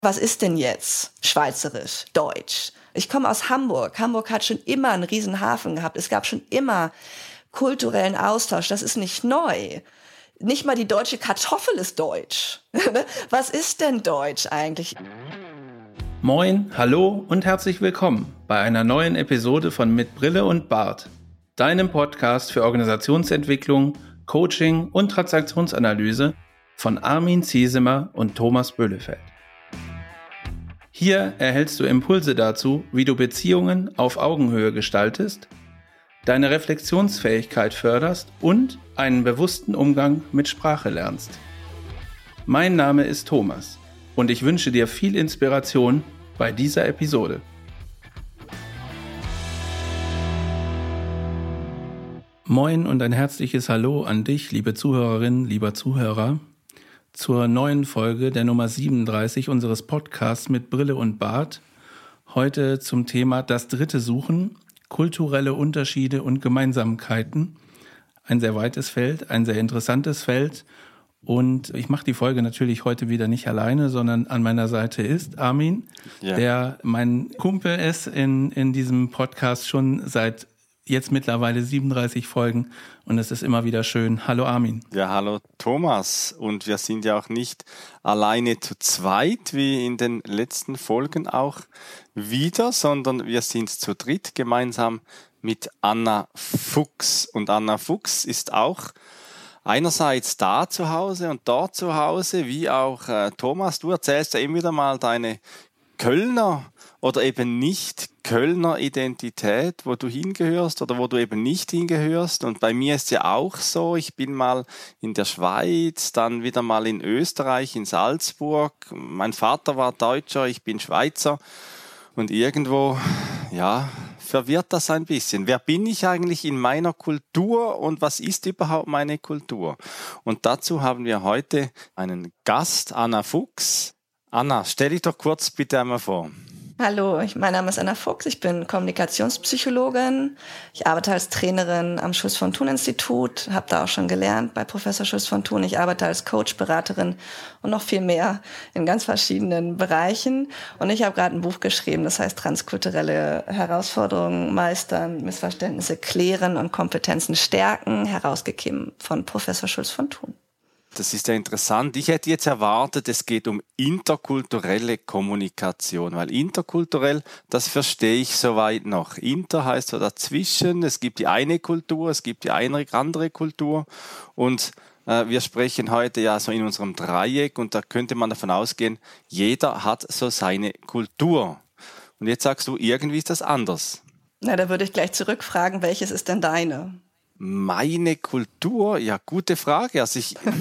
Was ist denn jetzt Schweizerisch, Deutsch? Ich komme aus Hamburg. Hamburg hat schon immer einen riesen Hafen gehabt. Es gab schon immer kulturellen Austausch. Das ist nicht neu. Nicht mal die deutsche Kartoffel ist deutsch. Was ist denn Deutsch eigentlich? Moin, hallo und herzlich willkommen bei einer neuen Episode von Mit Brille und Bart, deinem Podcast für Organisationsentwicklung, Coaching und Transaktionsanalyse von Armin Ziesemer und Thomas Böhlefeld. Hier erhältst du Impulse dazu, wie du Beziehungen auf Augenhöhe gestaltest, deine Reflexionsfähigkeit förderst und einen bewussten Umgang mit Sprache lernst. Mein Name ist Thomas und ich wünsche dir viel Inspiration bei dieser Episode. Moin und ein herzliches Hallo an dich, liebe Zuhörerin, lieber Zuhörer, zur neuen Folge der Nummer 37 unseres Podcasts Mit Brille und Bart. Heute zum Thema das dritte Suchen, kulturelle Unterschiede und Gemeinsamkeiten. Ein sehr weites Feld, ein sehr interessantes Feld. Und ich mache die Folge natürlich heute wieder nicht alleine, sondern an meiner Seite ist Armin, der mein Kumpel ist in diesem Podcast schon seit jetzt mittlerweile 37 Folgen und es ist immer wieder schön. Hallo Armin. Ja, hallo Thomas. Und wir sind ja auch nicht alleine zu zweit, wie in den letzten Folgen auch wieder, sondern wir sind zu dritt gemeinsam mit Anna Fuchs. Und Anna Fuchs ist auch einerseits da zu Hause und dort zu Hause, wie auch Thomas. Du erzählst ja immer wieder mal deine Kölner oder eben nicht Kölner Identität, wo du hingehörst oder wo du eben nicht hingehörst. Und bei mir ist ja auch so, ich bin mal in der Schweiz, dann wieder mal in Österreich, in Salzburg. Mein Vater war Deutscher, ich bin Schweizer. Und irgendwo, ja, verwirrt das ein bisschen. Wer bin ich eigentlich in meiner Kultur und was ist überhaupt meine Kultur? Und dazu haben wir heute einen Gast, Anna Fuchs. Anna, stell dich doch kurz bitte einmal vor. Hallo, mein Name ist Anna Fuchs, ich bin Kommunikationspsychologin. Ich arbeite als Trainerin am Schulz von Thun Institut, habe da auch schon gelernt bei Professor Schulz von Thun. Ich arbeite als Coach, Beraterin und noch viel mehr in ganz verschiedenen Bereichen. Und ich habe gerade ein Buch geschrieben, das heißt Transkulturelle Herausforderungen meistern, Missverständnisse klären und Kompetenzen stärken, herausgegeben von Professor Schulz von Thun. Das ist ja interessant. Ich hätte jetzt erwartet, es geht um interkulturelle Kommunikation, weil interkulturell, das verstehe ich soweit noch. Inter heißt so dazwischen, es gibt die eine Kultur, es gibt die andere Kultur und wir sprechen heute ja so in unserem Dreieck und da könnte man davon ausgehen, jeder hat so seine Kultur. Und jetzt sagst du, irgendwie ist das anders. Na, da würde ich gleich zurückfragen, welches ist denn deine? Meine Kultur? Ja, gute Frage. Also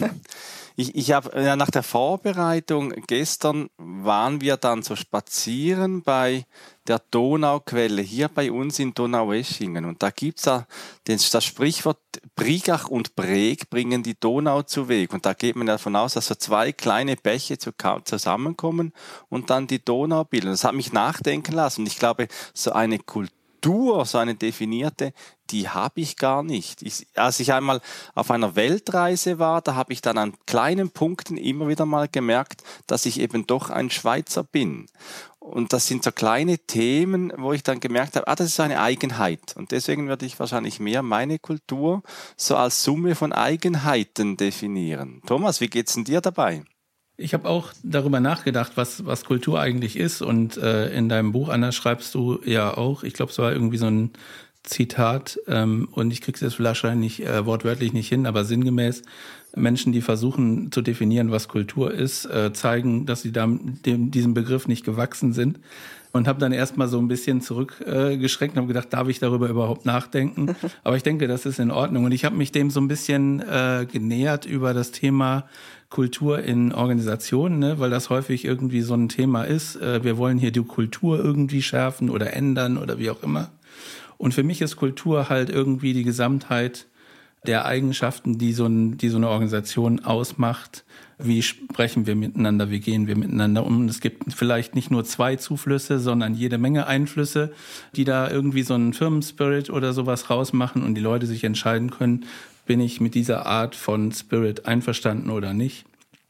ich habe ja nach der Vorbereitung gestern waren wir dann so spazieren bei der Donauquelle hier bei uns in Donaueschingen und da gibt's ja das Sprichwort Brigach und Breg bringen die Donau zu Weg und da geht man davon aus, dass so zwei kleine Bäche zusammenkommen und dann die Donau bilden. Das hat mich nachdenken lassen und ich glaube, so eine Kultur, so eine definierte, die habe ich gar nicht. Als ich einmal auf einer Weltreise war, da habe ich dann an kleinen Punkten immer wieder mal gemerkt, dass ich eben doch ein Schweizer bin. Und das sind so kleine Themen, wo ich dann gemerkt habe, das ist so eine Eigenheit. Und deswegen würde ich wahrscheinlich mehr meine Kultur so als Summe von Eigenheiten definieren. Thomas, wie geht's denn dir dabei? Ich habe auch darüber nachgedacht, was Kultur eigentlich ist und in deinem Buch, Anna, schreibst du ja auch, ich glaube, es war irgendwie so ein Zitat und ich krieg's jetzt wahrscheinlich wortwörtlich nicht hin, aber sinngemäß, Menschen, die versuchen zu definieren, was Kultur ist, zeigen, dass sie diesem Begriff nicht gewachsen sind. Und habe dann erstmal so ein bisschen zurückgeschreckt und habe gedacht, darf ich darüber überhaupt nachdenken? Aber ich denke, das ist in Ordnung. Und ich habe mich dem so ein bisschen genähert über das Thema Kultur in Organisationen, ne? Weil das häufig irgendwie so ein Thema ist. Wir wollen hier die Kultur irgendwie schärfen oder ändern oder wie auch immer. Und für mich ist Kultur halt irgendwie die Gesamtheit der Eigenschaften, die so eine Organisation ausmacht. Wie sprechen wir miteinander, wie gehen wir miteinander um? Es gibt vielleicht nicht nur zwei Zuflüsse, sondern jede Menge Einflüsse, die da irgendwie so einen Firmenspirit oder sowas rausmachen und die Leute sich entscheiden können, bin ich mit dieser Art von Spirit einverstanden oder nicht.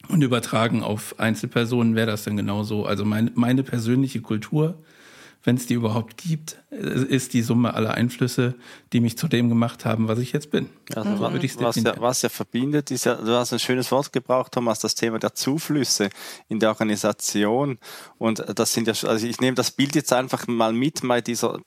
Und übertragen auf Einzelpersonen wäre das dann genauso. Also meine persönliche Kultur, wenn es die überhaupt gibt, ist die Summe aller Einflüsse, die mich zu dem gemacht haben, was ich jetzt bin. Also was ja verbindet, ist ja, du hast ein schönes Wort gebraucht, Thomas, das Thema der Zuflüsse in der Organisation. Und das sind ja, also ich nehme das Bild jetzt einfach mal mit bei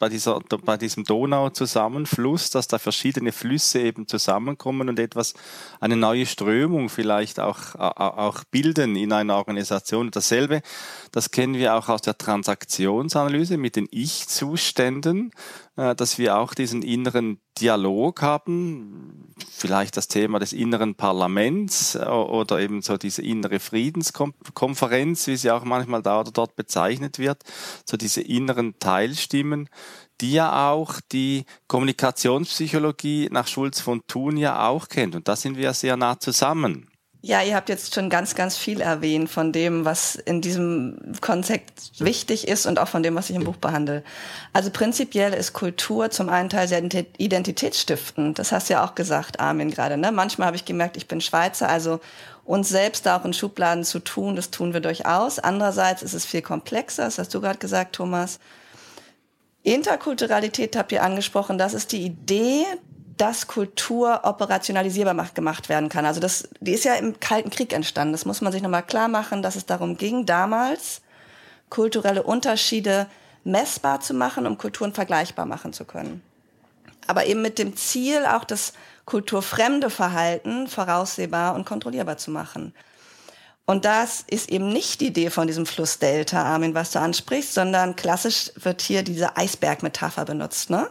diesem Donauzusammenfluss, dass da verschiedene Flüsse eben zusammenkommen und eine neue Strömung vielleicht auch bilden in einer Organisation. Dasselbe, das kennen wir auch aus der Transaktionsanalyse mit den Ich-Zuständen, dass wir auch diesen inneren Dialog haben, vielleicht das Thema des inneren Parlaments oder eben so diese innere Friedenskonferenz, wie sie auch manchmal da oder dort bezeichnet wird, so diese inneren Teilstimmen, die ja auch die Kommunikationspsychologie nach Schulz von Thun ja auch kennt. Und da sind wir sehr nah zusammen. Ja, ihr habt jetzt schon ganz, ganz viel erwähnt von dem, was in diesem Konzept wichtig ist und auch von dem, was ich im Buch behandle. Also prinzipiell ist Kultur zum einen Teil sehr identitätsstiftend. Das hast du ja auch gesagt, Armin, gerade. Ne? Manchmal habe ich gemerkt, ich bin Schweizer, also uns selbst da auch in Schubladen zu tun, das tun wir durchaus. Andererseits ist es viel komplexer, das hast du gerade gesagt, Thomas. Interkulturalität habt ihr angesprochen, das ist die Idee, dass Kultur operationalisierbar gemacht werden kann. Also die ist ja im Kalten Krieg entstanden. Das muss man sich nochmal klar machen, dass es darum ging, damals kulturelle Unterschiede messbar zu machen, um Kulturen vergleichbar machen zu können. Aber eben mit dem Ziel, auch das kulturfremde Verhalten voraussehbar und kontrollierbar zu machen. Und das ist eben nicht die Idee von diesem Flussdelta, Armin, was du ansprichst, sondern klassisch wird hier diese Eisbergmetapher benutzt, ne?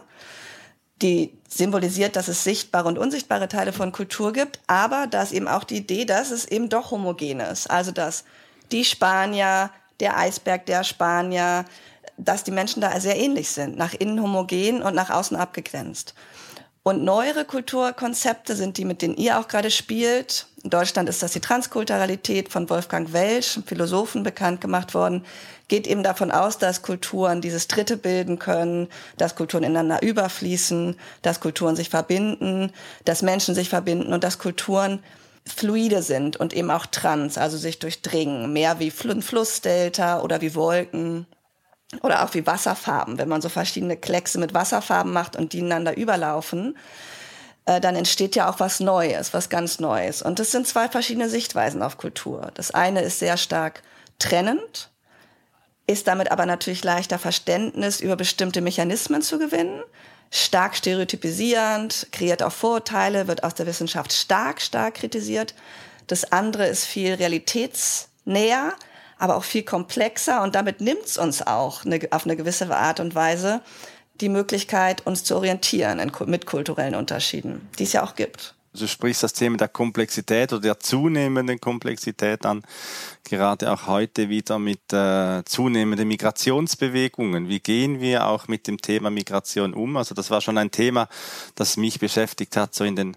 Die symbolisiert, dass es sichtbare und unsichtbare Teile von Kultur gibt, aber da ist eben auch die Idee, dass es eben doch homogen ist. Also dass die Spanier, der Eisberg der Spanier, dass die Menschen da sehr ähnlich sind, nach innen homogen und nach außen abgegrenzt. Und neuere Kulturkonzepte sind die, mit denen ihr auch gerade spielt. In Deutschland ist das die Transkulturalität von Wolfgang Welsch, einem Philosophen, bekannt gemacht worden. Geht eben davon aus, dass Kulturen dieses Dritte bilden können, dass Kulturen ineinander überfließen, dass Kulturen sich verbinden, dass Menschen sich verbinden und dass Kulturen fluide sind und eben auch trans, also sich durchdringen, mehr wie ein Flussdelta oder wie Wolken. Oder auch wie Wasserfarben. Wenn man so verschiedene Kleckse mit Wasserfarben macht und die ineinander überlaufen, dann entsteht ja auch was Neues, was ganz Neues. Und das sind zwei verschiedene Sichtweisen auf Kultur. Das eine ist sehr stark trennend, ist damit aber natürlich leichter Verständnis über bestimmte Mechanismen zu gewinnen, stark stereotypisierend, kreiert auch Vorurteile, wird aus der Wissenschaft stark kritisiert. Das andere ist viel realitätsnäher, aber auch viel komplexer und damit nimmt es uns auch auf eine gewisse Art und Weise die Möglichkeit, uns zu orientieren mit kulturellen Unterschieden, die es ja auch gibt. Du sprichst das Thema der Komplexität oder der zunehmenden Komplexität an, gerade auch heute wieder mit zunehmenden Migrationsbewegungen. Wie gehen wir auch mit dem Thema Migration um? Also das war schon ein Thema, das mich beschäftigt hat, so in den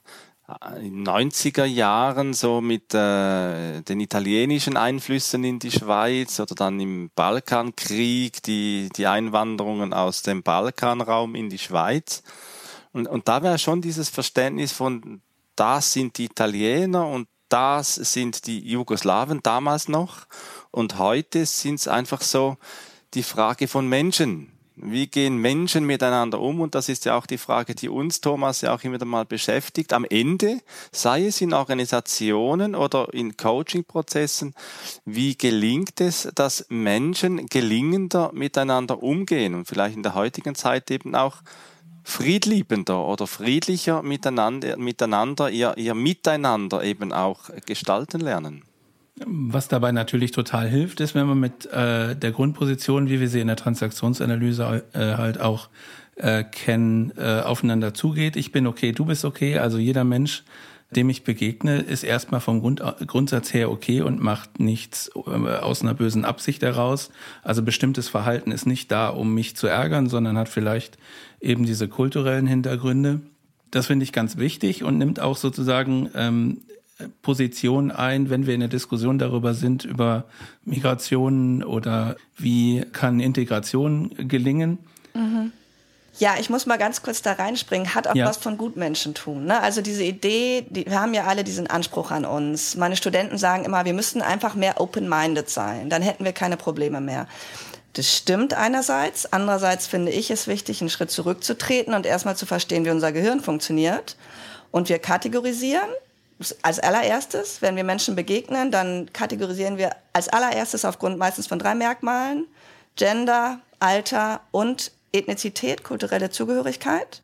90er Jahren, so mit den italienischen Einflüssen in die Schweiz oder dann im Balkankrieg, die Einwanderungen aus dem Balkanraum in die Schweiz. Und da wäre schon dieses Verständnis von, das sind die Italiener und das sind die Jugoslawen damals noch. Und heute sind es einfach so die Frage von Menschen. Wie gehen Menschen miteinander um? Und das ist ja auch die Frage, die uns, Thomas, ja auch immer wieder mal beschäftigt. Am Ende, sei es in Organisationen oder in Coaching-Prozessen, wie gelingt es, dass Menschen gelingender miteinander umgehen und vielleicht in der heutigen Zeit eben auch friedliebender oder friedlicher miteinander ihr Miteinander eben auch gestalten lernen? Was dabei natürlich total hilft, ist, wenn man mit der Grundposition, wie wir sie in der Transaktionsanalyse halt auch kennen, aufeinander zugeht. Ich bin okay, du bist okay. Also jeder Mensch, dem ich begegne, ist erstmal vom Grundsatz her okay und macht nichts aus einer bösen Absicht heraus. Also bestimmtes Verhalten ist nicht da, um mich zu ärgern, sondern hat vielleicht eben diese kulturellen Hintergründe. Das finde ich ganz wichtig und nimmt auch sozusagen Position ein, wenn wir in der Diskussion darüber sind, über Migration oder wie kann Integration gelingen. Mhm. Ja, ich muss mal ganz kurz da reinspringen. Hat auch was von Gutmenschentum. Ne? Also diese Idee, wir haben ja alle diesen Anspruch an uns. Meine Studenten sagen immer, wir müssten einfach mehr open-minded sein. Dann hätten wir keine Probleme mehr. Das stimmt einerseits. Andererseits finde ich es wichtig, einen Schritt zurückzutreten und erstmal zu verstehen, wie unser Gehirn funktioniert. Und wir kategorisieren. Als allererstes, wenn wir Menschen begegnen, dann kategorisieren wir als allererstes aufgrund meistens von 3 Merkmalen. Gender, Alter und Ethnizität, kulturelle Zugehörigkeit.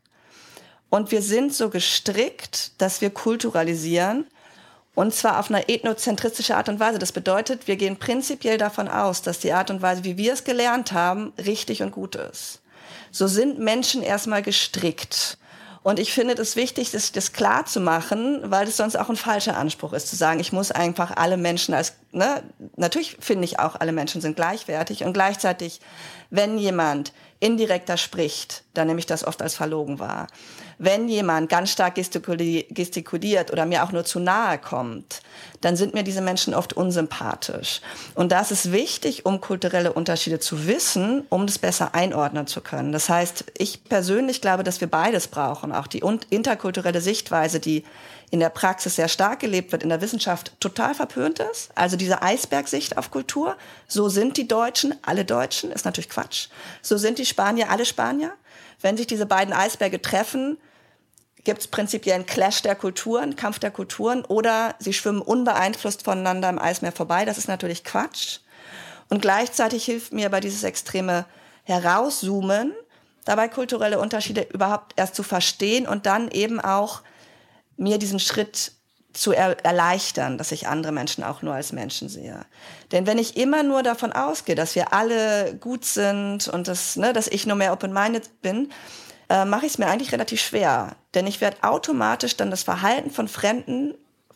Und wir sind so gestrickt, dass wir kulturalisieren, und zwar auf eine ethnozentristische Art und Weise. Das bedeutet, wir gehen prinzipiell davon aus, dass die Art und Weise, wie wir es gelernt haben, richtig und gut ist. So sind Menschen erstmal gestrickt. Und ich finde es wichtig, das klar zu machen, weil es sonst auch ein falscher Anspruch ist, zu sagen, ich muss einfach alle Menschen natürlich finde ich auch, alle Menschen sind gleichwertig, und gleichzeitig, wenn jemand indirekter spricht, dann nehme ich das oft als verlogen wahr. Wenn jemand ganz stark gestikuliert oder mir auch nur zu nahe kommt, dann sind mir diese Menschen oft unsympathisch. Und das ist wichtig, um kulturelle Unterschiede zu wissen, um das besser einordnen zu können. Das heißt, ich persönlich glaube, dass wir beides brauchen. Auch die interkulturelle Sichtweise, die in der Praxis sehr stark gelebt wird, in der Wissenschaft total verpönt ist. Also diese Eisbergsicht auf Kultur. So sind die Deutschen, alle Deutschen, ist natürlich Quatsch. So sind die Spanier, alle Spanier. Wenn sich diese beiden Eisberge treffen, gibt es prinzipiell einen Clash der Kulturen, Kampf der Kulturen, oder sie schwimmen unbeeinflusst voneinander im Eismeer vorbei. Das ist natürlich Quatsch. Und gleichzeitig hilft mir bei dieses extreme Herauszoomen, dabei kulturelle Unterschiede überhaupt erst zu verstehen und dann eben auch mir diesen Schritt zu erleichtern, dass ich andere Menschen auch nur als Menschen sehe. Denn wenn ich immer nur davon ausgehe, dass wir alle gut sind und dass ich nur mehr open-minded bin, mache ich es mir eigentlich relativ schwer. Denn ich werde automatisch dann das Verhalten von Fremden,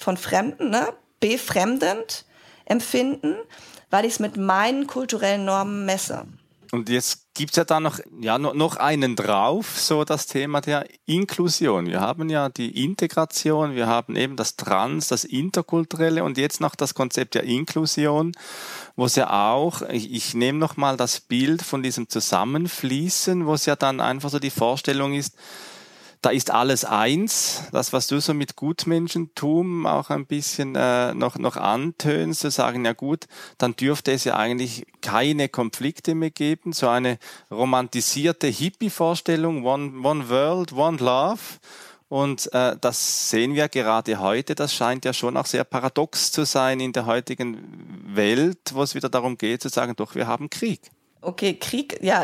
befremdend empfinden, weil ich es mit meinen kulturellen Normen messe. Und jetzt gibt's ja da noch einen drauf, so das Thema der Inklusion. Wir haben ja die Integration, wir haben eben das das Interkulturelle und jetzt noch das Konzept der Inklusion, wo es ja auch, ich nehme noch mal das Bild von diesem Zusammenfließen, wo es ja dann einfach so die Vorstellung ist, da ist alles eins, das, was du so mit Gutmenschentum auch ein bisschen noch antönst, zu sagen, ja gut, dann dürfte es ja eigentlich keine Konflikte mehr geben, so eine romantisierte Hippie-Vorstellung, one world, one love. Und das sehen wir gerade heute, das scheint ja schon auch sehr paradox zu sein in der heutigen Welt, wo es wieder darum geht zu sagen, doch, wir haben Krieg. Okay, Krieg, ja,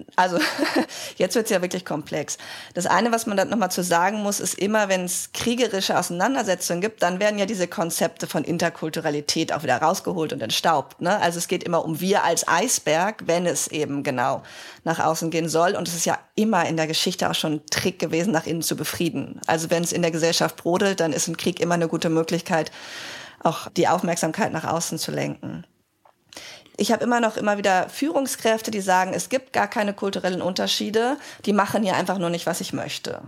jetzt wird's ja wirklich komplex. Das eine, was man dann nochmal zu sagen muss, ist immer, wenn es kriegerische Auseinandersetzungen gibt, dann werden ja diese Konzepte von Interkulturalität auch wieder rausgeholt und entstaubt. Ne? Also es geht immer um wir als Eisberg, wenn es eben genau nach außen gehen soll. Und es ist ja immer in der Geschichte auch schon ein Trick gewesen, nach innen zu befrieden. Also wenn es in der Gesellschaft brodelt, dann ist ein Krieg immer eine gute Möglichkeit, auch die Aufmerksamkeit nach außen zu lenken. Ich habe immer wieder Führungskräfte, die sagen, es gibt gar keine kulturellen Unterschiede, die machen hier einfach nur nicht, was ich möchte.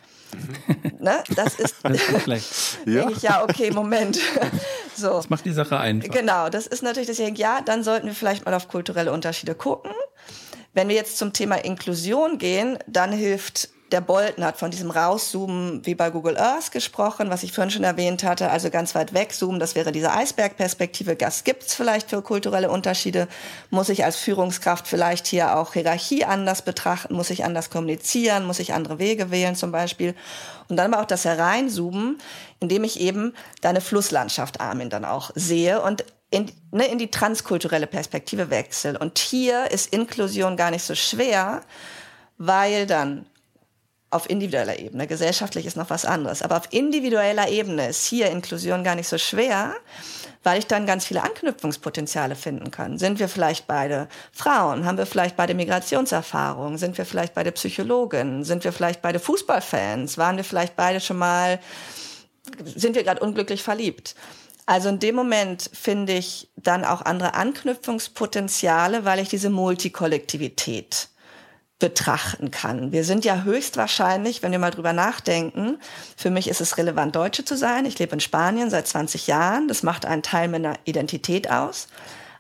Ne? Das ist denke ich, ja, okay, Moment. So. Das macht die Sache einfach. Genau, das ist natürlich, deswegen, ja, dann sollten wir vielleicht mal auf kulturelle Unterschiede gucken. Wenn wir jetzt zum Thema Inklusion gehen, dann hilft, der Bolton hat von diesem Rauszoomen wie bei Google Earth gesprochen, was ich vorhin schon erwähnt hatte, also ganz weit wegzoomen, das wäre diese Eisbergperspektive. Was gibt's vielleicht für kulturelle Unterschiede? Muss ich als Führungskraft vielleicht hier auch Hierarchie anders betrachten? Muss ich anders kommunizieren? Muss ich andere Wege wählen zum Beispiel? Und dann aber auch das Hereinzoomen, indem ich eben deine Flusslandschaft, Armin, dann auch sehe und in die transkulturelle Perspektive wechsle. Und hier ist Inklusion gar nicht so schwer, weil dann auf individueller Ebene, gesellschaftlich ist noch was anderes, aber auf individueller Ebene ist hier Inklusion gar nicht so schwer, weil ich dann ganz viele Anknüpfungspotenziale finden kann. Sind wir vielleicht beide Frauen? Haben wir vielleicht beide Migrationserfahrungen? Sind wir vielleicht beide Psychologen? Sind wir vielleicht beide Fußballfans? Waren wir vielleicht beide schon mal, sind wir gerade unglücklich verliebt? Also in dem Moment finde ich dann auch andere Anknüpfungspotenziale, weil ich diese Multikollektivität betrachten kann. Wir sind ja höchstwahrscheinlich, wenn wir mal drüber nachdenken, für mich ist es relevant, Deutsche zu sein. Ich lebe in Spanien seit 20 Jahren. Das macht einen Teil meiner Identität aus.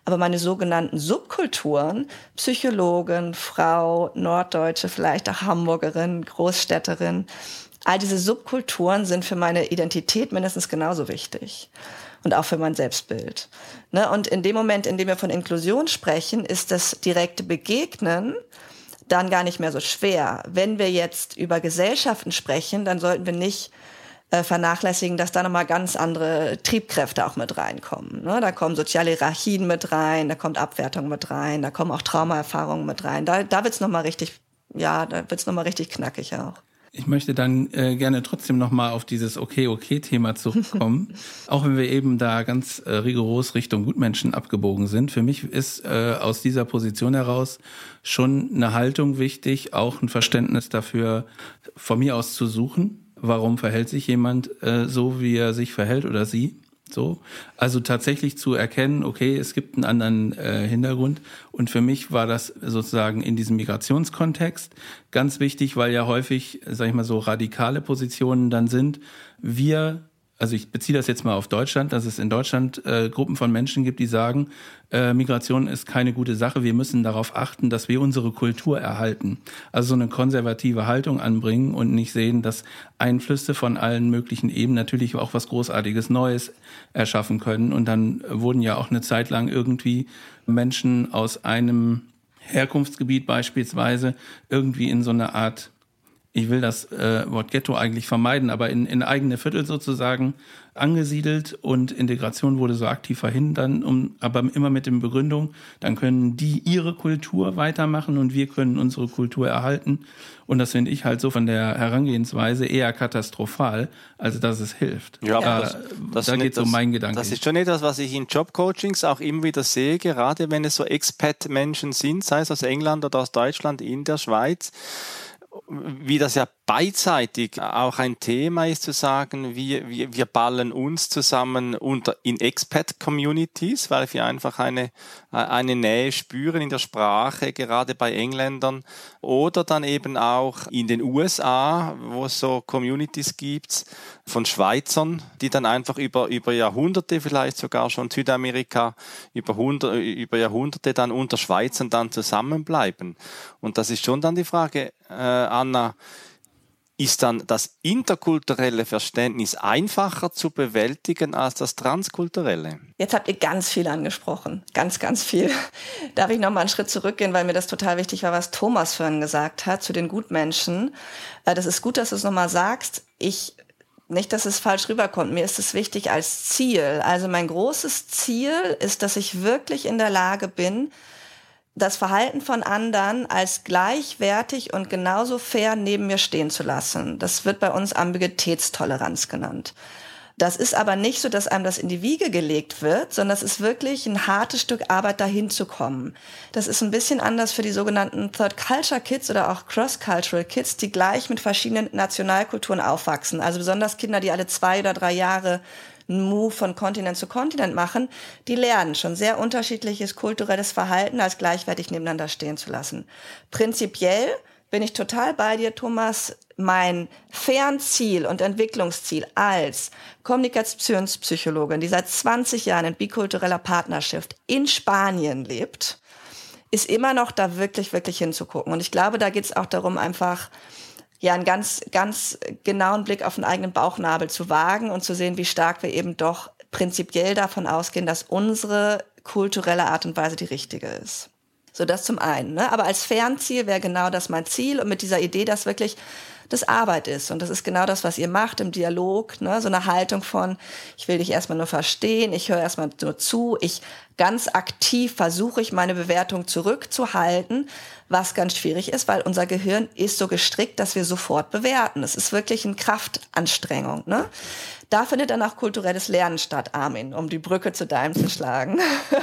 Aber meine sogenannten Subkulturen, Psychologin, Frau, Norddeutsche, vielleicht auch Hamburgerin, Großstädterin, all diese Subkulturen sind für meine Identität mindestens genauso wichtig. Und auch für mein Selbstbild. Ne? Und in dem Moment, in dem wir von Inklusion sprechen, ist das direkte Begegnen dann gar nicht mehr so schwer. Wenn wir jetzt über Gesellschaften sprechen, dann sollten wir nicht vernachlässigen, dass da nochmal ganz andere Triebkräfte auch mit reinkommen. Ne? Da kommen soziale Hierarchien mit rein, da kommt Abwertung mit rein, da kommen auch Traumaerfahrungen mit rein. Da wird's nochmal richtig, da wird's nochmal richtig knackig auch. Ich möchte dann gerne trotzdem nochmal auf dieses Okay-Okay-Thema zurückkommen, auch wenn wir eben da ganz rigoros Richtung Gutmenschen abgebogen sind. Für mich ist aus dieser Position heraus schon eine Haltung wichtig, auch ein Verständnis dafür von mir aus zu suchen. Warum verhält sich jemand so, wie er sich verhält oder sie? So, also tatsächlich zu erkennen, okay, es gibt einen anderen Hintergrund. Und für mich war das sozusagen in diesem Migrationskontext ganz wichtig, weil ja häufig, sag ich mal, so radikale Positionen dann sind. Also ich beziehe das jetzt mal auf Deutschland, dass es in Deutschland Gruppen von Menschen gibt, die sagen, Migration ist keine gute Sache, wir müssen darauf achten, dass wir unsere Kultur erhalten. Also so eine konservative Haltung anbringen und nicht sehen, dass Einflüsse von allen möglichen Ebenen natürlich auch was Großartiges Neues erschaffen können. Und dann wurden ja auch eine Zeit lang irgendwie Menschen aus einem Herkunftsgebiet beispielsweise irgendwie in so eine Art, ich will das Wort Ghetto eigentlich vermeiden, aber in eigene Viertel sozusagen angesiedelt, und Integration wurde so aktiv verhindert, aber immer mit der Begründung, dann können die ihre Kultur weitermachen und wir können unsere Kultur erhalten. Und das finde ich halt so von der Herangehensweise eher katastrophal, als dass es hilft. Ja, aber da geht so mein Gedanke. Das ist schon etwas, was ich in Jobcoachings auch immer wieder sehe, gerade wenn es so Expat-Menschen sind, sei es aus England oder aus Deutschland, in der Schweiz, wie das ja beidseitig auch ein Thema ist, zu sagen, wir ballen uns zusammen in Expat-Communities, weil wir einfach eine Nähe spüren in der Sprache, gerade bei Engländern, oder dann eben auch in den USA, wo es so Communities gibt von Schweizern, die dann einfach über Jahrhunderte, vielleicht sogar schon Südamerika, über Jahrhunderte dann unter Schweizern dann zusammenbleiben. Und das ist schon dann die Frage, Anna, ist dann das interkulturelle Verständnis einfacher zu bewältigen als das transkulturelle? Jetzt habt ihr ganz viel angesprochen. Ganz, ganz viel. Darf ich noch mal einen Schritt zurückgehen, weil mir das total wichtig war, was Thomas vorhin gesagt hat zu den Gutmenschen. Das ist gut, dass du es noch mal sagst. Nicht, dass es falsch rüberkommt. Mir ist es wichtig als Ziel. Also mein großes Ziel ist, dass ich wirklich in der Lage bin, das Verhalten von anderen als gleichwertig und genauso fair neben mir stehen zu lassen. Das wird bei uns Ambiguitätstoleranz genannt. Das ist aber nicht so, dass einem das in die Wiege gelegt wird, sondern es ist wirklich ein hartes Stück Arbeit, dahin zu kommen. Das ist ein bisschen anders für die sogenannten Third Culture Kids oder auch Cross-Cultural Kids, die gleich mit verschiedenen Nationalkulturen aufwachsen. Also besonders Kinder, die alle 2 oder 3 Jahre einen Move von Kontinent zu Kontinent machen, die lernen schon sehr unterschiedliches kulturelles Verhalten als gleichwertig nebeneinander stehen zu lassen. Prinzipiell bin ich total bei dir, Thomas. Mein Fernziel und Entwicklungsziel als Kommunikationspsychologin, die seit 20 Jahren in bikultureller Partnerschaft in Spanien lebt, ist immer noch da wirklich, wirklich hinzugucken. Und ich glaube, da geht es auch darum, einfach einen ganz, ganz genauen Blick auf den eigenen Bauchnabel zu wagen und zu sehen, wie stark wir eben doch prinzipiell davon ausgehen, dass unsere kulturelle Art und Weise die richtige ist. So, das zum einen. Ne? Aber als Fernziel wäre genau das mein Ziel, und mit dieser Idee, dass wirklich das Arbeit ist. Und das ist genau das, was ihr macht im Dialog. Ne? So eine Haltung von, ich will dich erstmal nur verstehen, ich höre erstmal nur zu, ganz aktiv versuche ich, meine Bewertung zurückzuhalten, was ganz schwierig ist, weil unser Gehirn ist so gestrickt, dass wir sofort bewerten. Es ist wirklich eine Kraftanstrengung. Ne? Da findet dann auch kulturelles Lernen statt, Armin, um die Brücke zu deinem zu schlagen.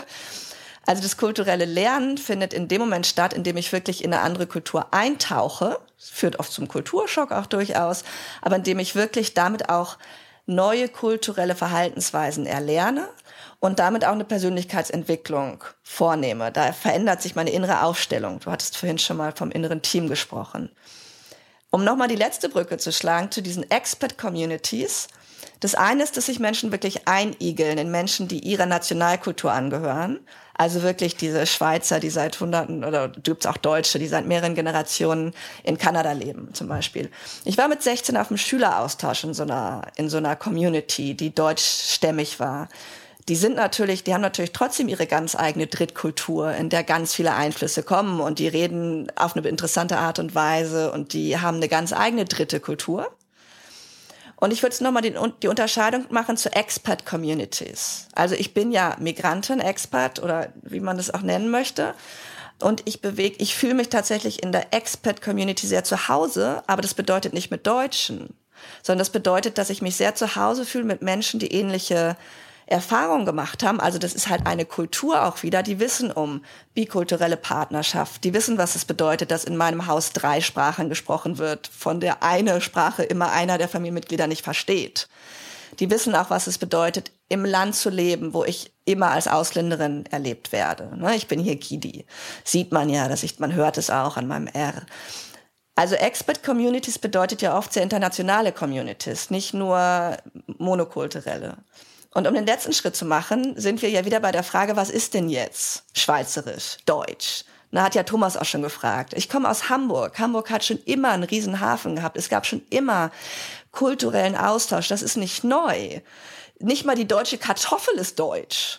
Also das kulturelle Lernen findet in dem Moment statt, in dem ich wirklich in eine andere Kultur eintauche. Das führt oft zum Kulturschock auch durchaus, aber indem ich wirklich damit auch neue kulturelle Verhaltensweisen erlerne und damit auch eine Persönlichkeitsentwicklung vornehme. Da verändert sich meine innere Aufstellung. Du hattest vorhin schon mal vom inneren Team gesprochen. Um nochmal die letzte Brücke zu schlagen zu diesen Expat-Communities. Das eine ist, dass sich Menschen wirklich einigeln in Menschen, die ihrer Nationalkultur angehören. Also wirklich diese Schweizer, die seit Hunderten, oder gibt's auch Deutsche, die seit mehreren Generationen in Kanada leben, zum Beispiel. Ich war mit 16 auf einem Schüleraustausch in so einer Community, die deutschstämmig war. Die haben natürlich trotzdem ihre ganz eigene Drittkultur, in der ganz viele Einflüsse kommen und die reden auf eine interessante Art und Weise und die haben eine ganz eigene dritte Kultur. Und ich würde jetzt nochmal die Unterscheidung machen zu Expat-Communities. Also ich bin ja Migrantin, Expat oder wie man das auch nennen möchte. Und ich fühle mich tatsächlich in der Expat-Community sehr zu Hause, aber das bedeutet nicht mit Deutschen, sondern das bedeutet, dass ich mich sehr zu Hause fühle mit Menschen, die ähnliche Erfahrungen gemacht haben. Also das ist halt eine Kultur auch wieder, die wissen um bikulturelle Partnerschaft, die wissen, was es bedeutet, dass in meinem Haus 3 Sprachen gesprochen wird, von der eine Sprache immer einer der Familienmitglieder nicht versteht. Die wissen auch, was es bedeutet, im Land zu leben, wo ich immer als Ausländerin erlebt werde. Ich bin hier Gidi. Sieht man ja, man hört es auch an meinem R. Also Expat-Communities bedeutet ja oft sehr internationale Communities, nicht nur monokulturelle. Und um den letzten Schritt zu machen, sind wir ja wieder bei der Frage, was ist denn jetzt Schweizerisch, Deutsch? Da hat ja Thomas auch schon gefragt. Ich komme aus Hamburg. Hamburg hat schon immer einen riesen Hafen gehabt. Es gab schon immer kulturellen Austausch. Das ist nicht neu. Nicht mal die deutsche Kartoffel ist deutsch.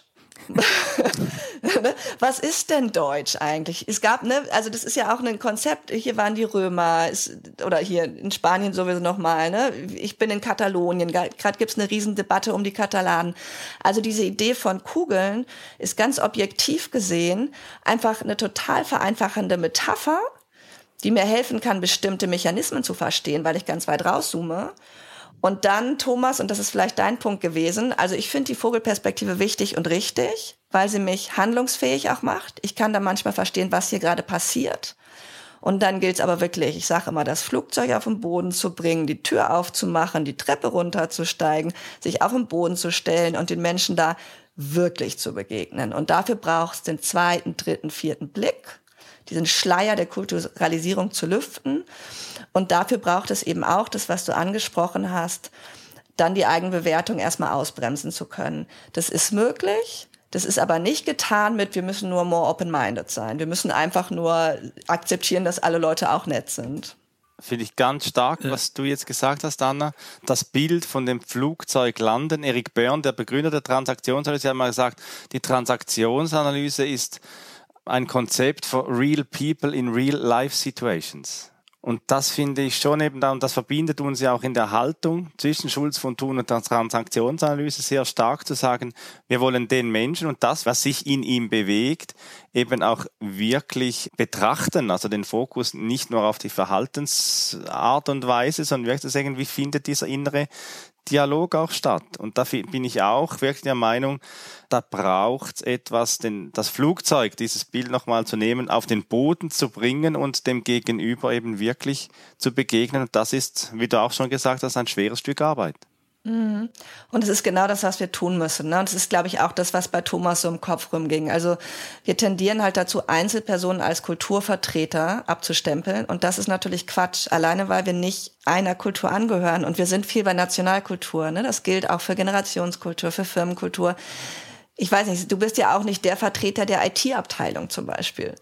Was ist denn Deutsch eigentlich? Es gab, also das ist ja auch ein Konzept, hier waren die Römer, oder hier in Spanien sowieso nochmal, ich bin in Katalonien, gerade gibt's eine Riesendebatte um die Katalanen. Also diese Idee von Kugeln ist ganz objektiv gesehen einfach eine total vereinfachende Metapher, die mir helfen kann, bestimmte Mechanismen zu verstehen, weil ich ganz weit rauszoome. Und dann, Thomas, und das ist vielleicht dein Punkt gewesen, also ich finde die Vogelperspektive wichtig und richtig, weil sie mich handlungsfähig auch macht. Ich kann da manchmal verstehen, was hier gerade passiert. Und dann gilt es aber wirklich, ich sage immer, das Flugzeug auf den Boden zu bringen, die Tür aufzumachen, die Treppe runterzusteigen, sich auf den Boden zu stellen und den Menschen da wirklich zu begegnen. Und dafür braucht es den 2., 3., 4. Blick, diesen Schleier der Kulturalisierung zu lüften. Und dafür braucht es eben auch das, was du angesprochen hast, dann die Eigenbewertung erstmal ausbremsen zu können. Das ist möglich, das ist aber nicht getan mit, wir müssen nur more open-minded sein. Wir müssen einfach nur akzeptieren, dass alle Leute auch nett sind. Finde ich ganz stark, was du jetzt gesagt hast, Anna. Das Bild von dem Flugzeug landen. Eric Berne, der Begründer der Transaktionsanalyse, hat mal gesagt, die Transaktionsanalyse ist ein Konzept for real people in real life situations. Und das finde ich schon eben da, und das verbindet uns ja auch in der Haltung zwischen Schulz von Thun und der Transaktionsanalyse sehr stark zu sagen, wir wollen den Menschen und das, was sich in ihm bewegt, eben auch wirklich betrachten, also den Fokus nicht nur auf die Verhaltensart und Weise, sondern wirklich zu sagen, wie findet dieser innere Dialog auch statt. Und da bin ich auch wirklich der Meinung, da braucht es etwas, das Flugzeug, dieses Bild nochmal zu nehmen, auf den Boden zu bringen und dem Gegenüber eben wirklich zu begegnen. Und das ist, wie du auch schon gesagt hast, ein schweres Stück Arbeit. Und es ist genau das, was wir tun müssen. Und es ist, glaube ich, auch das, was bei Thomas so im Kopf rumging. Also wir tendieren halt dazu, Einzelpersonen als Kulturvertreter abzustempeln. Und das ist natürlich Quatsch. Alleine, weil wir nicht einer Kultur angehören. Und wir sind viel bei Nationalkultur. Das gilt auch für Generationskultur, für Firmenkultur. Ich weiß nicht, du bist ja auch nicht der Vertreter der IT-Abteilung zum Beispiel.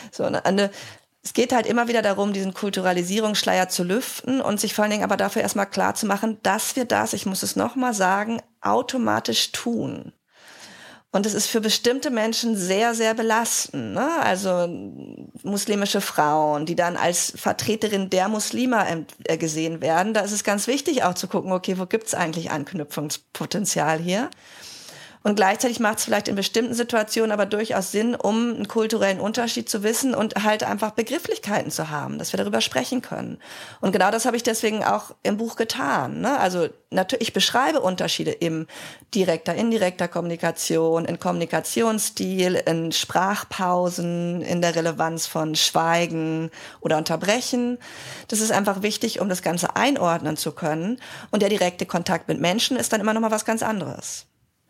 Es geht halt immer wieder darum, diesen Kulturalisierungsschleier zu lüften und sich vor allen Dingen aber dafür erstmal klar zu machen, dass wir das, ich muss es nochmal sagen, automatisch tun. Und es ist für bestimmte Menschen sehr, sehr belastend. Also muslimische Frauen, die dann als Vertreterin der Muslime gesehen werden, da ist es ganz wichtig auch zu gucken, okay, wo gibt's eigentlich Anknüpfungspotenzial hier? Und gleichzeitig macht es vielleicht in bestimmten Situationen aber durchaus Sinn, um einen kulturellen Unterschied zu wissen und halt einfach Begrifflichkeiten zu haben, dass wir darüber sprechen können. Und genau das habe ich deswegen auch im Buch getan. Also natürlich, ich beschreibe Unterschiede im direkter, indirekter Kommunikation, in Kommunikationsstil, in Sprachpausen, in der Relevanz von Schweigen oder Unterbrechen. Das ist einfach wichtig, um das Ganze einordnen zu können. Und der direkte Kontakt mit Menschen ist dann immer noch mal was ganz anderes. Ja,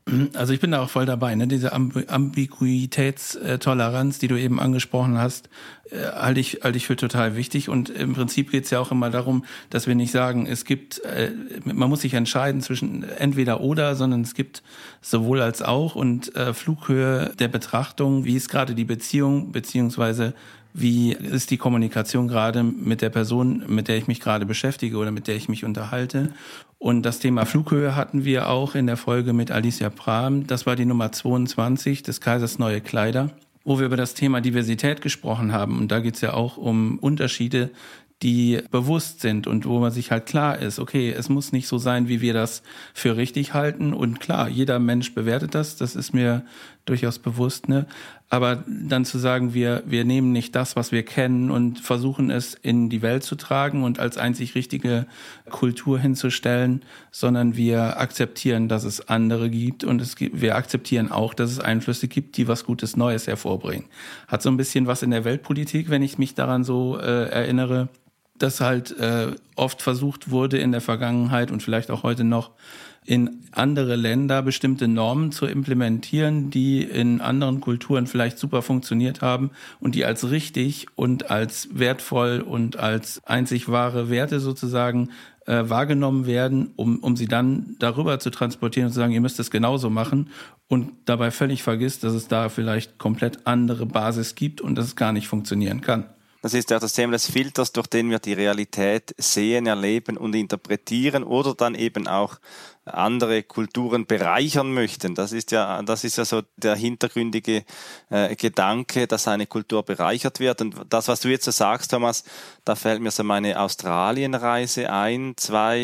Also ich bin da auch voll dabei, ne? Diese Ambiguitätstoleranz, die du eben angesprochen hast, halte ich für total wichtig. Und im Prinzip geht es ja auch immer darum, dass wir nicht sagen, es gibt, man muss sich entscheiden zwischen entweder oder, sondern es gibt sowohl als auch und Flughöhe der Betrachtung, wie ist gerade die Beziehung, beziehungsweise wie ist die Kommunikation gerade mit der Person, mit der ich mich gerade beschäftige oder mit der ich mich unterhalte. Und das Thema Flughöhe hatten wir auch in der Folge mit Alicia Prahm. Das war die Nummer 22 des Kaisers neue Kleider, wo wir über das Thema Diversität gesprochen haben. Und da geht es ja auch um Unterschiede, die bewusst sind und wo man sich halt klar ist, okay, es muss nicht so sein, wie wir das für richtig halten. Und klar, jeder Mensch bewertet das ist mir durchaus bewusst, ne? Aber dann zu sagen, wir nehmen nicht das, was wir kennen und versuchen es in die Welt zu tragen und als einzig richtige Kultur hinzustellen, sondern wir akzeptieren, dass es andere gibt und wir akzeptieren auch, dass es Einflüsse gibt, die was Gutes Neues hervorbringen. Hat so ein bisschen was in der Weltpolitik, wenn ich mich daran so erinnere, dass halt oft versucht wurde in der Vergangenheit und vielleicht auch heute noch in andere Länder bestimmte Normen zu implementieren, die in anderen Kulturen vielleicht super funktioniert haben und die als richtig und als wertvoll und als einzig wahre Werte sozusagen wahrgenommen werden, um sie dann darüber zu transportieren und zu sagen, ihr müsst es genauso machen und dabei völlig vergisst, dass es da vielleicht komplett andere Basis gibt und dass es gar nicht funktionieren kann. Das ist ja das Thema des Filters, durch den wir die Realität sehen, erleben und interpretieren oder dann eben auch andere Kulturen bereichern möchten. Das ist ja so der hintergründige Gedanke, dass eine Kultur bereichert wird. Und das, was du jetzt so sagst, Thomas, da fällt mir so meine Australienreise ein.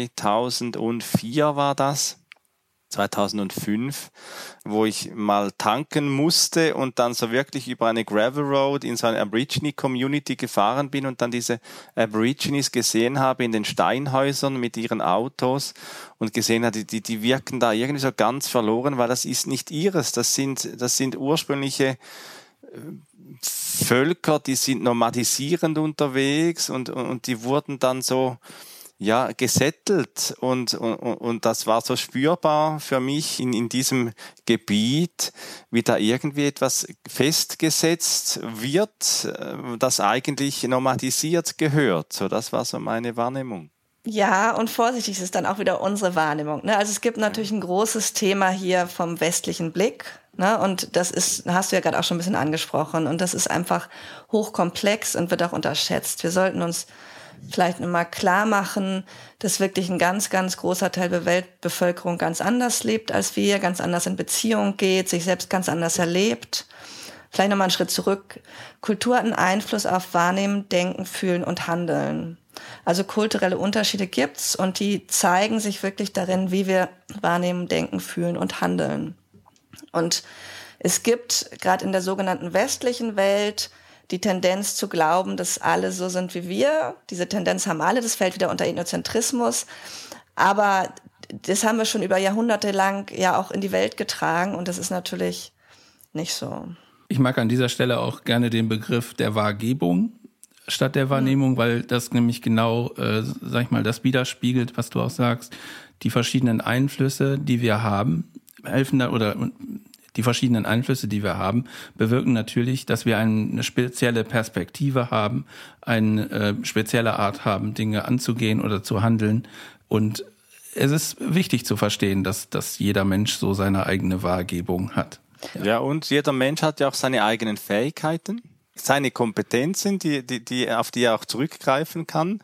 2004 war das. 2005, wo ich mal tanken musste und dann so wirklich über eine Gravel Road in so eine Aborigine-Community gefahren bin und dann diese Aborigines gesehen habe in den Steinhäusern mit ihren Autos und gesehen habe, die wirken da irgendwie so ganz verloren, weil das ist nicht ihres. Das sind ursprüngliche Völker, die sind nomadisierend unterwegs und die wurden dann so gesettelt und das war so spürbar für mich in diesem Gebiet, wie da irgendwie etwas festgesetzt wird, das eigentlich nomadisiert gehört. So, das war so meine Wahrnehmung. Ja, und vorsichtig ist dann auch wieder unsere Wahrnehmung, ne? Also es gibt natürlich ein großes Thema hier vom westlichen Blick, ne? Und das hast du ja gerade auch schon ein bisschen angesprochen und das ist einfach hochkomplex und wird auch unterschätzt. Wir sollten uns vielleicht nochmal klar machen, dass wirklich ein ganz, ganz großer Teil der Weltbevölkerung ganz anders lebt als wir, ganz anders in Beziehung geht, sich selbst ganz anders erlebt. Vielleicht nochmal einen Schritt zurück. Kultur hat einen Einfluss auf Wahrnehmen, Denken, Fühlen und Handeln. Also kulturelle Unterschiede gibt's und die zeigen sich wirklich darin, wie wir wahrnehmen, denken, fühlen und handeln. Und es gibt gerade in der sogenannten westlichen Welt die Tendenz zu glauben, dass alle so sind wie wir. Diese Tendenz haben alle, das fällt wieder unter Ethnozentrismus. Aber das haben wir schon über Jahrhunderte lang ja auch in die Welt getragen und das ist natürlich nicht so. Ich mag an dieser Stelle auch gerne den Begriff der Wahrgebung statt der Wahrnehmung, weil das nämlich genau, das widerspiegelt, was du auch sagst, die verschiedenen Einflüsse, die wir haben, die verschiedenen Einflüsse, die wir haben, bewirken natürlich, dass wir eine spezielle Perspektive haben, eine spezielle Art haben, Dinge anzugehen oder zu handeln. Und es ist wichtig zu verstehen, dass jeder Mensch so seine eigene Wahrgebung hat. Ja, und jeder Mensch hat ja auch seine eigenen Fähigkeiten, seine Kompetenzen, auf die er auch zurückgreifen kann.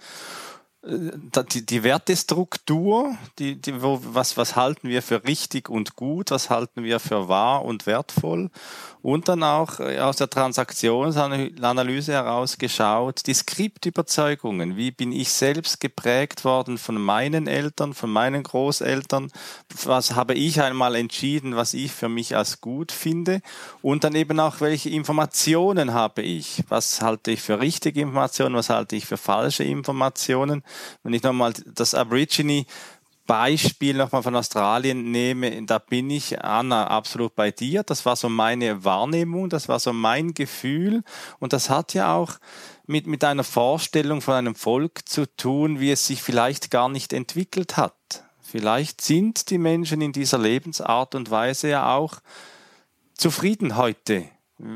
Die Wertestruktur, was halten wir für richtig und gut, was halten wir für wahr und wertvoll und dann auch aus der Transaktionsanalyse herausgeschaut, die Skriptüberzeugungen, wie bin ich selbst geprägt worden von meinen Eltern, von meinen Großeltern, was habe ich einmal entschieden, was ich für mich als gut finde und dann eben auch, welche Informationen habe ich, was halte ich für richtige Informationen, was halte ich für falsche Informationen. Wenn ich nochmal das Aborigine-Beispiel nochmal von Australien nehme, da bin ich, Anna, absolut bei dir. Das war so meine Wahrnehmung, das war so mein Gefühl. Und das hat ja auch mit einer Vorstellung von einem Volk zu tun, wie es sich vielleicht gar nicht entwickelt hat. Vielleicht sind die Menschen in dieser Lebensart und Weise ja auch zufrieden heute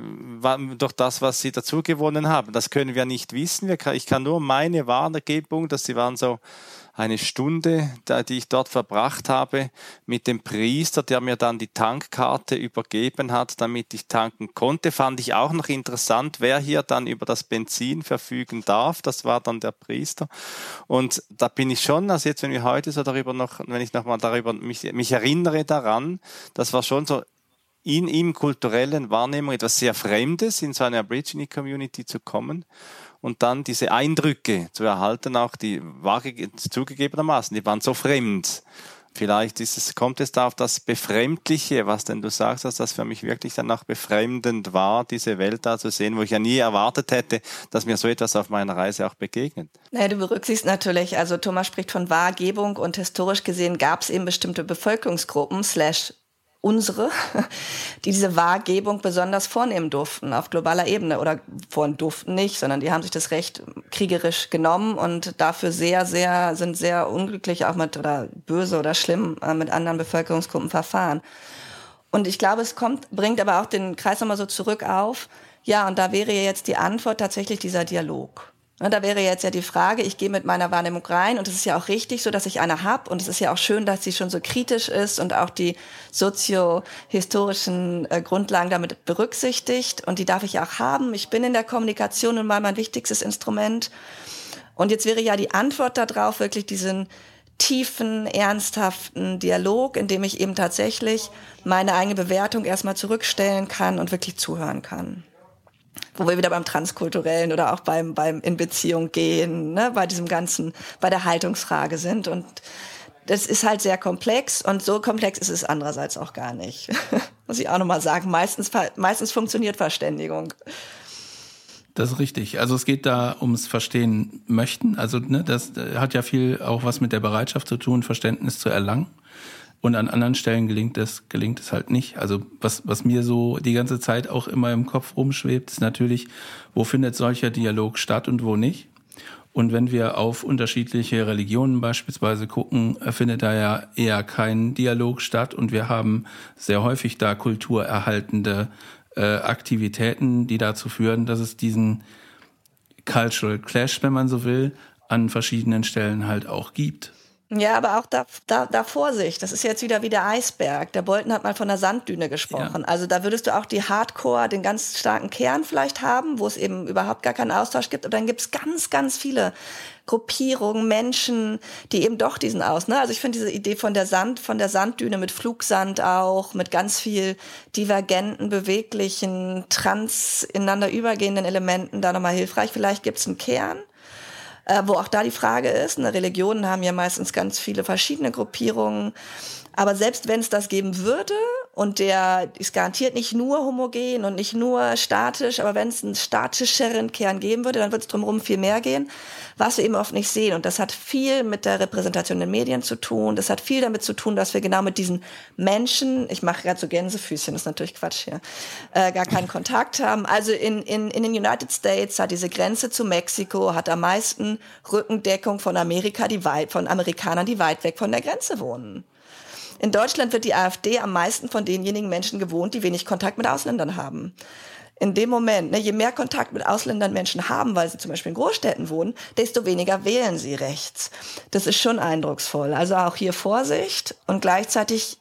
durch das, was sie dazu gewonnen haben. Das können wir nicht wissen. Ich kann nur meine Wahrnehmung, dass sie waren so eine Stunde, die ich dort verbracht habe, mit dem Priester, der mir dann die Tankkarte übergeben hat, damit ich tanken konnte. Fand ich auch noch interessant, wer hier dann über das Benzin verfügen darf. Das war dann der Priester. Und da bin ich schon, also jetzt, wenn ich nochmal darüber mich erinnere daran, das war schon so in kulturellen Wahrnehmung etwas sehr Fremdes, in so eine Aborigine-Community zu kommen und dann diese Eindrücke zu erhalten, auch die war zugegebenermaßen, die waren so fremd. Vielleicht kommt es da auf das Befremdliche, was denn du sagst, dass das für mich wirklich dann auch befremdend war, diese Welt da zu sehen, wo ich ja nie erwartet hätte, dass mir so etwas auf meiner Reise auch begegnet. Naja, du berücksichtigst natürlich, also Thomas spricht von Wahrgebung und historisch gesehen gab es eben bestimmte Bevölkerungsgruppen, unsere, die diese Wahrgebung besonders vornehmen durften auf globaler Ebene oder durften nicht, sondern die haben sich das Recht kriegerisch genommen und dafür sind sehr unglücklich auch mit oder böse oder schlimm mit anderen Bevölkerungsgruppen verfahren. Und ich glaube, bringt aber auch den Kreis nochmal so zurück auf. Ja, und da wäre jetzt die Antwort tatsächlich dieser Dialog. Da wäre jetzt ja die Frage, ich gehe mit meiner Wahrnehmung rein und es ist ja auch richtig so, dass ich eine habe und es ist ja auch schön, dass sie schon so kritisch ist und auch die soziohistorischen Grundlagen damit berücksichtigt und die darf ich auch haben. Ich bin in der Kommunikation nun mal mein wichtigstes Instrument und jetzt wäre ja die Antwort darauf wirklich diesen tiefen, ernsthaften Dialog, in dem ich eben tatsächlich meine eigene Bewertung erstmal zurückstellen kann und wirklich zuhören kann. Wo wir wieder beim Transkulturellen oder auch beim in Beziehung gehen, ne, bei diesem ganzen, bei der Haltungsfrage sind. Und das ist halt sehr komplex und so komplex ist es andererseits auch gar nicht. Muss ich auch nochmal sagen, meistens funktioniert Verständigung. Das ist richtig. Also es geht da ums Verstehen möchten. Also das hat ja viel auch was mit der Bereitschaft zu tun, Verständnis zu erlangen. Und an anderen Stellen gelingt es halt nicht. Also was mir so die ganze Zeit auch immer im Kopf rumschwebt, ist natürlich, wo findet solcher Dialog statt und wo nicht. Und wenn wir auf unterschiedliche Religionen beispielsweise gucken, findet da ja eher kein Dialog statt. Und wir haben sehr häufig da kulturerhaltende Aktivitäten, die dazu führen, dass es diesen Cultural Clash, wenn man so will, an verschiedenen Stellen halt auch gibt. Ja, aber auch da Vorsicht, das ist jetzt wieder wie der Eisberg. Der Bolton hat mal von der Sanddüne gesprochen. Ja. Also da würdest du auch die Hardcore, den ganz starken Kern vielleicht haben, wo es eben überhaupt gar keinen Austausch gibt. Und dann gibt es ganz, ganz viele Gruppierungen, Menschen, die eben doch diesen Also ich finde diese Idee von der Sanddüne mit Flugsand auch, mit ganz viel divergenten, beweglichen, ineinander übergehenden Elementen da nochmal hilfreich. Vielleicht gibt es einen Kern. Wo auch da die Frage ist, Religionen haben ja meistens ganz viele verschiedene Gruppierungen, aber selbst wenn es das geben würde und der ist garantiert nicht nur homogen und nicht nur statisch, aber wenn es einen statischeren Kern geben würde, dann würde es drumherum viel mehr gehen, was wir eben oft nicht sehen. Und das hat viel mit der Repräsentation in den Medien zu tun, das hat viel damit zu tun, dass wir genau mit diesen Menschen, ich mache gerade so Gänsefüßchen, das ist natürlich Quatsch hier, gar keinen Kontakt haben. Also in den United States hat diese Grenze zu Mexiko, hat am meisten Rückendeckung von Amerikanern, die weit weg von der Grenze wohnen. In Deutschland wird die AfD am meisten von denjenigen Menschen gewohnt, die wenig Kontakt mit Ausländern haben. In dem Moment, je mehr Kontakt mit Ausländern Menschen haben, weil sie zum Beispiel in Großstädten wohnen, desto weniger wählen sie rechts. Das ist schon eindrucksvoll. Also auch hier Vorsicht und gleichzeitig,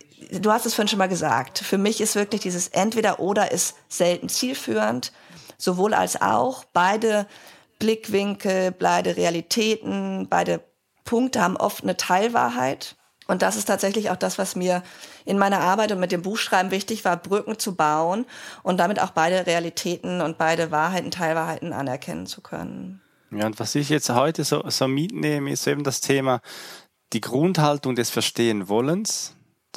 du hast es vorhin schon mal gesagt, für mich ist wirklich dieses Entweder-Oder ist selten zielführend, sowohl als auch. Beide Blickwinkel, beide Realitäten, beide Punkte haben oft eine Teilwahrheit. Und das ist tatsächlich auch das, was mir in meiner Arbeit und mit dem Buchschreiben wichtig war, Brücken zu bauen und damit auch beide Realitäten und beide Wahrheiten, Teilwahrheiten anerkennen zu können. Ja, und was ich jetzt heute so mitnehme, ist eben das Thema, die Grundhaltung des Verstehen-Wollens,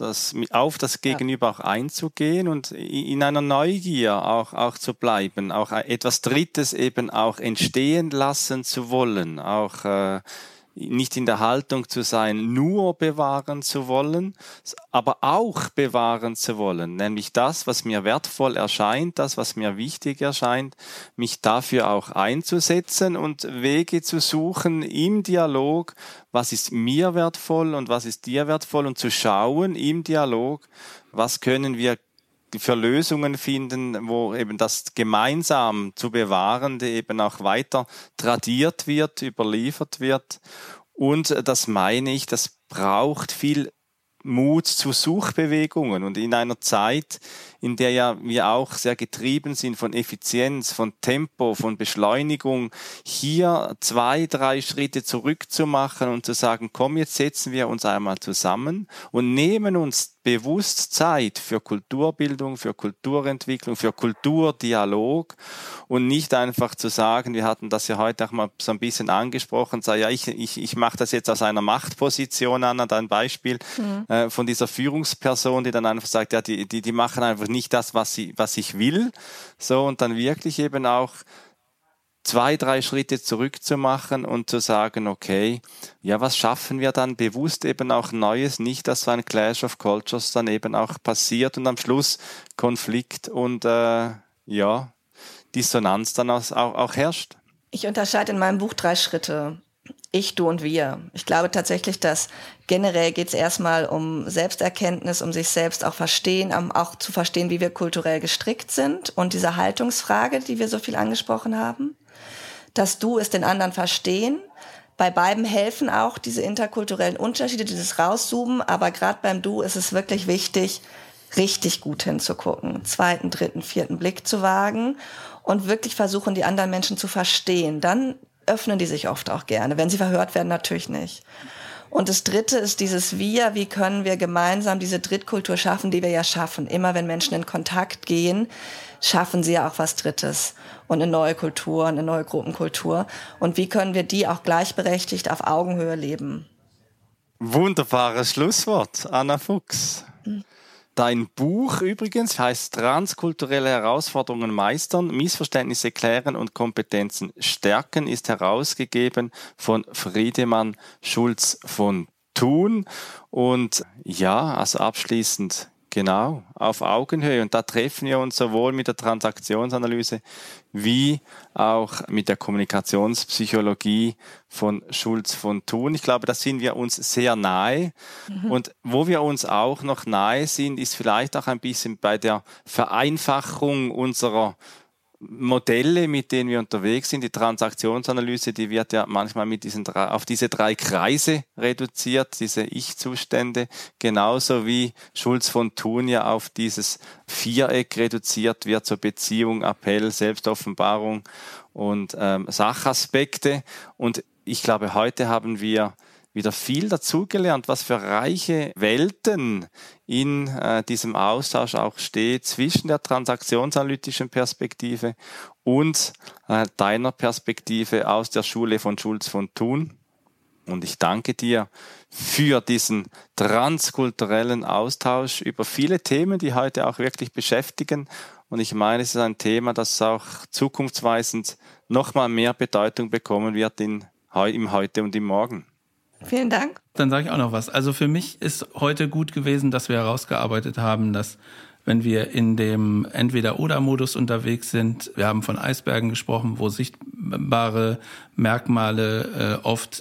auf das Gegenüber auch einzugehen und in einer Neugier auch zu bleiben, auch etwas Drittes eben auch entstehen lassen zu wollen, auch nicht in der Haltung zu sein, nur bewahren zu wollen, aber auch bewahren zu wollen, nämlich das, was mir wertvoll erscheint, das, was mir wichtig erscheint, mich dafür auch einzusetzen und Wege zu suchen im Dialog, was ist mir wertvoll und was ist dir wertvoll, und zu schauen im Dialog, was können wir für Lösungen finden, wo eben das gemeinsam zu Bewahrende eben auch weiter tradiert wird, überliefert wird. Und das meine ich, das braucht viel Mut zu Suchbewegungen. Und in einer Zeit, in der ja wir auch sehr getrieben sind von Effizienz, von Tempo, von Beschleunigung, hier 2, 3 Schritte zurückzumachen und zu sagen, komm, jetzt setzen wir uns einmal zusammen und nehmen uns bewusst Zeit für Kulturbildung, für Kulturentwicklung, für Kulturdialog, und nicht einfach zu sagen, wir hatten das ja heute auch mal so ein bisschen angesprochen, sagen, ja, ich mache das jetzt aus einer Machtposition an ein Beispiel von dieser Führungsperson, die dann einfach sagt, ja, die machen einfach nicht das, was ich will, so, und dann wirklich eben auch 2, 3 Schritte zurückzumachen und zu sagen, okay, ja, was schaffen wir dann bewusst eben auch Neues, nicht, dass so ein Clash of Cultures dann eben auch passiert und am Schluss Konflikt und Dissonanz dann auch herrscht. Ich unterscheide in meinem Buch 3 Schritte. Ich, du und wir. Ich glaube tatsächlich, dass generell geht es erstmal um Selbsterkenntnis, um sich selbst auch verstehen, auch zu verstehen, wie wir kulturell gestrickt sind, und diese Haltungsfrage, die wir so viel angesprochen haben. Das Du ist den anderen verstehen. Bei beiden helfen auch diese interkulturellen Unterschiede, dieses Rauszoomen, aber gerade beim Du ist es wirklich wichtig, richtig gut hinzugucken, 2., 3., 4. Blick zu wagen und wirklich versuchen, die anderen Menschen zu verstehen. Dann öffnen die sich oft auch gerne. Wenn sie verhört werden, natürlich nicht. Und das 3. ist dieses Wir. Wie können wir gemeinsam diese Drittkultur schaffen, die wir ja schaffen? Immer wenn Menschen in Kontakt gehen, schaffen sie ja auch was Drittes und eine neue Kultur, eine neue Gruppenkultur. Und wie können wir die auch gleichberechtigt auf Augenhöhe leben? Wunderbares Schlusswort, Anna Fuchs. Dein Buch übrigens heißt Transkulturelle Herausforderungen meistern, Missverständnisse klären und Kompetenzen stärken, ist herausgegeben von Friedemann Schulz von Thun. Und ja, also abschließend, genau, auf Augenhöhe. Und da treffen wir uns sowohl mit der Transaktionsanalyse wie auch mit der Kommunikationspsychologie von Schulz von Thun. Ich glaube, da sind wir uns sehr nahe. Und wo wir uns auch noch nahe sind, ist vielleicht auch ein bisschen bei der Vereinfachung unserer Modelle, mit denen wir unterwegs sind. Die Transaktionsanalyse, die wird ja manchmal auf diese 3 Kreise reduziert, diese Ich-Zustände, genauso wie Schulz von Thun ja auf dieses Viereck reduziert wird, zur Beziehung, Appell, Selbstoffenbarung und Sachaspekte. Und ich glaube, heute haben wir wieder viel dazugelernt, was für reiche Welten in diesem Austausch auch steht zwischen der transaktionsanalytischen Perspektive und deiner Perspektive aus der Schule von Schulz von Thun. Und ich danke dir für diesen transkulturellen Austausch über viele Themen, die heute auch wirklich beschäftigen. Und ich meine, es ist ein Thema, das auch zukunftsweisend nochmal mehr Bedeutung bekommen wird im Heute und im Morgen. Vielen Dank. Dann sage ich auch noch was. Also für mich ist heute gut gewesen, dass wir herausgearbeitet haben, dass wenn wir in dem Entweder-Oder-Modus unterwegs sind, wir haben von Eisbergen gesprochen, wo sichtbare Merkmale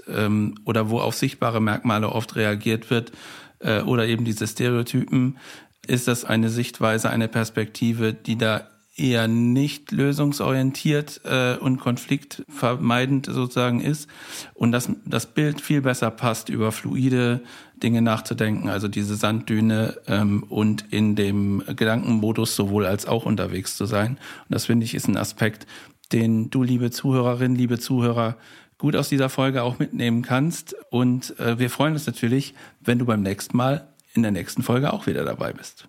oder wo auf sichtbare Merkmale oft reagiert wird, oder eben diese Stereotypen, ist das eine Sichtweise, eine Perspektive, die da eher nicht lösungsorientiert und konfliktvermeidend sozusagen ist, und das Bild viel besser passt, über fluide Dinge nachzudenken, also diese Sanddüne und in dem Gedankenmodus sowohl als auch unterwegs zu sein. Und das, finde ich, ist ein Aspekt, den du, liebe Zuhörerin, liebe Zuhörer, gut aus dieser Folge auch mitnehmen kannst. Und wir freuen uns natürlich, wenn du beim nächsten Mal in der nächsten Folge auch wieder dabei bist.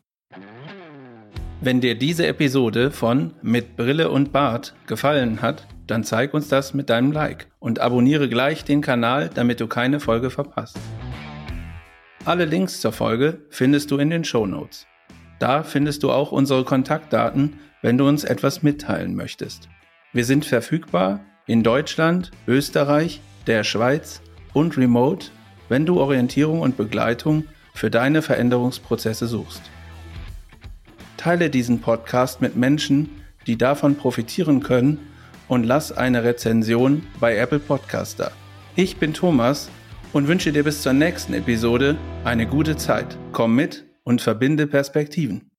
Wenn dir diese Episode von Mit Brille und Bart gefallen hat, dann zeig uns das mit deinem Like und abonniere gleich den Kanal, damit du keine Folge verpasst. Alle Links zur Folge findest du in den Shownotes. Da findest du auch unsere Kontaktdaten, wenn du uns etwas mitteilen möchtest. Wir sind verfügbar in Deutschland, Österreich, der Schweiz, und remote, wenn du Orientierung und Begleitung für deine Veränderungsprozesse suchst. Teile diesen Podcast mit Menschen, die davon profitieren können, und lass eine Rezension bei Apple Podcast da. Ich bin Thomas und wünsche dir bis zur nächsten Episode eine gute Zeit. Komm mit und verbinde Perspektiven.